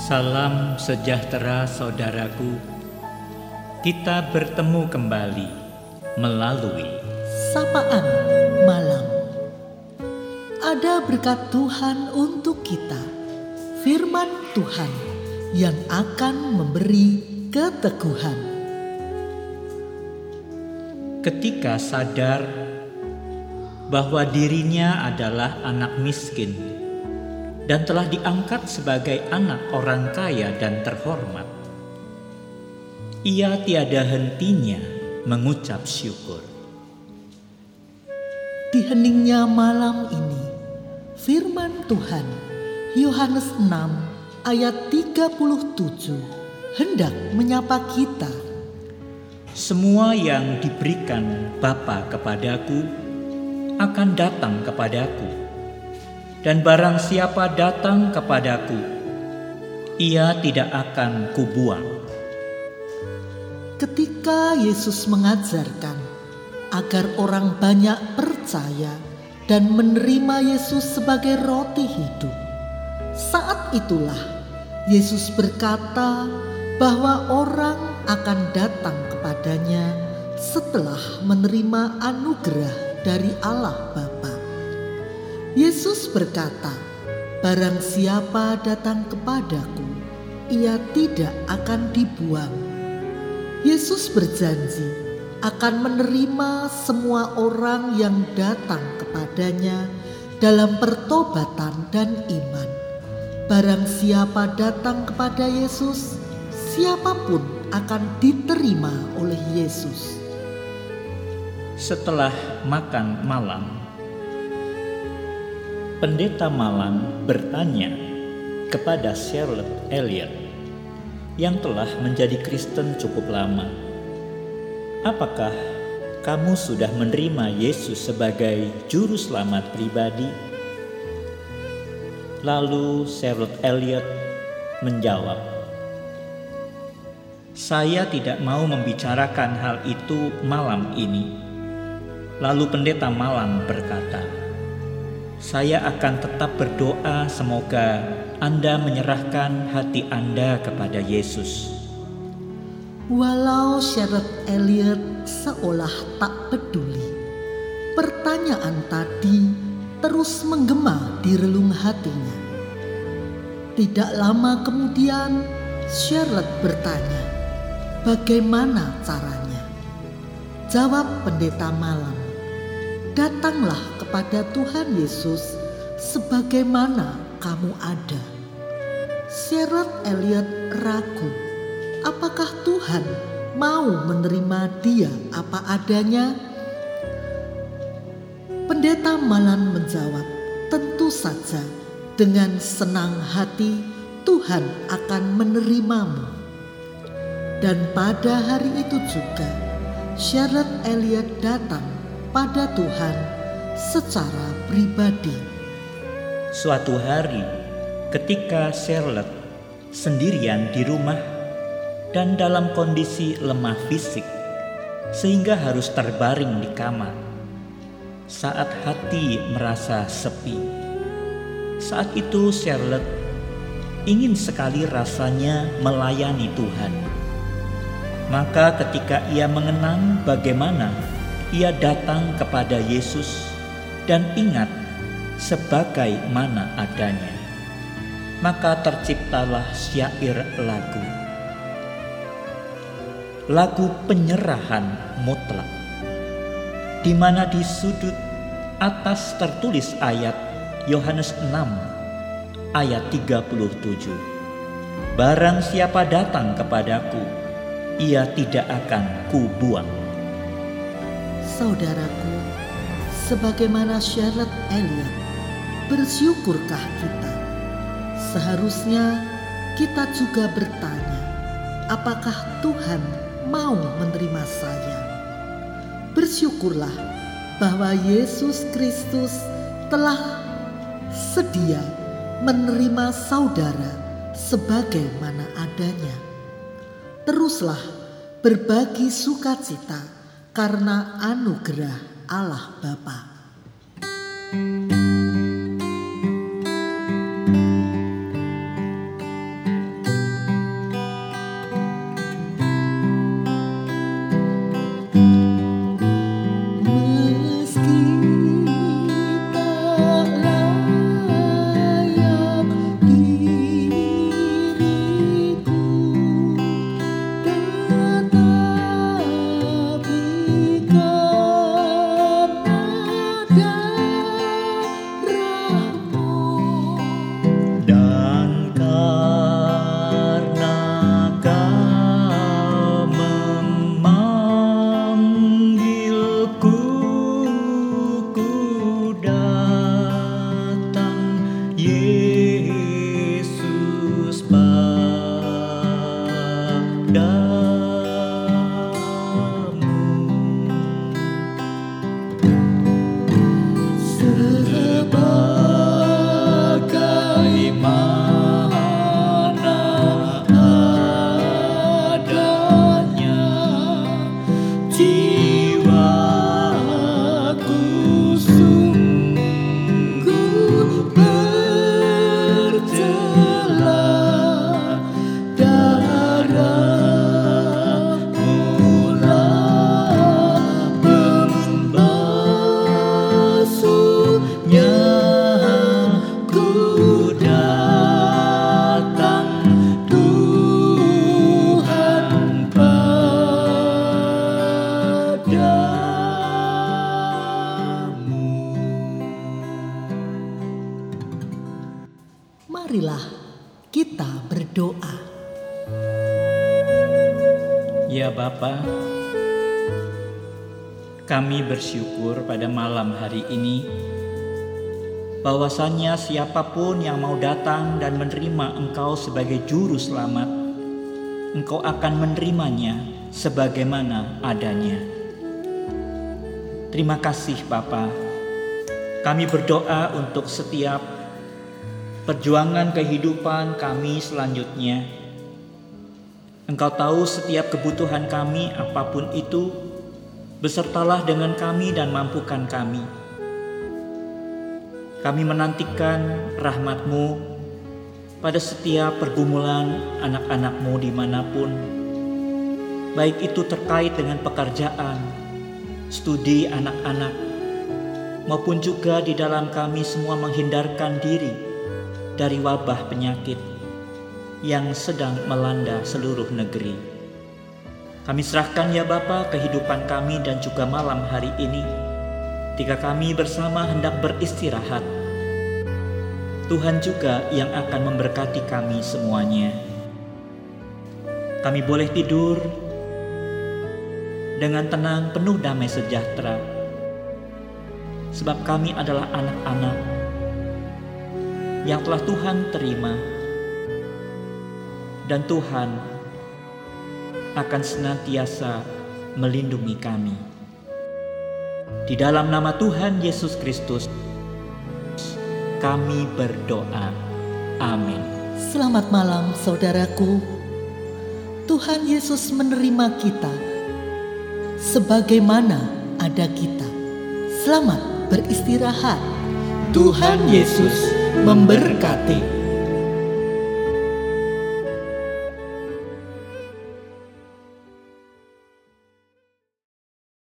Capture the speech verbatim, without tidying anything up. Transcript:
Salam sejahtera saudaraku. Kita bertemu kembali melalui Sapaan Malam. Ada berkat Tuhan untuk kita, firman Tuhan yang akan memberi keteguhan. Ketika sadar bahwa dirinya adalah anak miskin dan telah diangkat sebagai anak orang kaya dan terhormat, ia tiada hentinya mengucap syukur. Di heningnya malam ini, firman Tuhan Yohanes enam ayat tiga puluh tujuh hendak menyapa kita. Semua yang diberikan Bapa kepadaku akan datang kepadaku, dan barang siapa datang kepadaku, ia tidak akan kubuang. Ketika Yesus mengajarkan agar orang banyak percaya dan menerima Yesus sebagai roti hidup, saat itulah Yesus berkata bahwa orang akan datang kepadanya setelah menerima anugerah dari Allah Bapa. Yesus berkata, "Barang siapa datang kepadaku, ia tidak akan dibuang." Yesus berjanji akan menerima semua orang yang datang kepadanya dalam pertobatan dan iman. Barang siapa datang kepada Yesus, siapapun akan diterima oleh Yesus. Setelah makan malam, Pendeta Malang bertanya kepada Charlotte Elliot yang telah menjadi Kristen cukup lama, "Apakah kamu sudah menerima Yesus sebagai juru selamat pribadi?" Lalu Charlotte Elliot menjawab, "Saya tidak mau membicarakan hal itu malam ini." Lalu Pendeta Malang berkata, "Saya akan tetap berdoa semoga Anda menyerahkan hati Anda kepada Yesus." Walau Charlotte Elliot seolah tak peduli, pertanyaan tadi terus menggema di relung hatinya. Tidak lama kemudian Charlotte bertanya, "Bagaimana caranya?" Jawab Pendeta Malang, "Datanglah kepada Tuhan Yesus sebagaimana kamu ada." Charlotte Elliot ragu, apakah Tuhan mau menerima dia apa adanya? Pendeta Malang menjawab, "Tentu saja, dengan senang hati Tuhan akan menerimamu." Dan pada hari itu juga Charlotte Elliot datang pada Tuhan secara pribadi. Suatu hari, ketika Charlotte sendirian di rumah dan dalam kondisi lemah fisik sehingga harus terbaring di kamar, saat hati merasa sepi, saat itu Charlotte ingin sekali rasanya melayani Tuhan. Maka ketika ia mengenang bagaimana ia datang kepada Yesus dan ingat sebagaimana adanya, maka terciptalah syair lagu. Lagu penyerahan mutlak, di mana di sudut atas tertulis ayat Yohanes enam ayat tiga puluh tujuh. "Barang siapa datang kepadaku, ia tidak akan kubuang." Saudaraku, sebagaimana Charlotte Elliot, bersyukurkah kita? Seharusnya kita juga bertanya, apakah Tuhan mau menerima saya? Bersyukurlah bahwa Yesus Kristus telah sedia menerima saudara sebagaimana adanya. Teruslah berbagi sukacita karena anugerah Allah Bapa. marilah kita berdoa. Ya Bapa, kami bersyukur pada malam hari ini bahwasannya siapapun yang mau datang dan menerima Engkau sebagai juru selamat, Engkau akan menerimanya sebagaimana adanya. Terima kasih Bapa. Kami berdoa untuk setiap perjuangan kehidupan kami selanjutnya. Engkau tahu setiap kebutuhan kami apapun itu, besertalah dengan kami dan mampukan kami. Kami menantikan rahmat-Mu pada setiap pergumulan anak-anak-Mu dimanapun, baik itu terkait dengan pekerjaan, studi anak-anak, maupun juga di dalam kami semua menghindarkan diri dari wabah penyakit yang sedang melanda seluruh negeri. Kami serahkan ya Bapa kehidupan kami dan juga malam hari ini, ketika kami bersama hendak beristirahat. Tuhan juga yang akan memberkati kami semuanya. Kami boleh tidur dengan tenang, penuh damai sejahtera, sebab kami adalah anak-anak yang telah Tuhan terima, dan Tuhan akan senantiasa melindungi kami. Di dalam nama Tuhan Yesus Kristus kami berdoa. Amin. Selamat malam saudaraku. Tuhan Yesus menerima kita sebagaimana ada kita. Selamat beristirahat. Tuhan Yesus memberkati.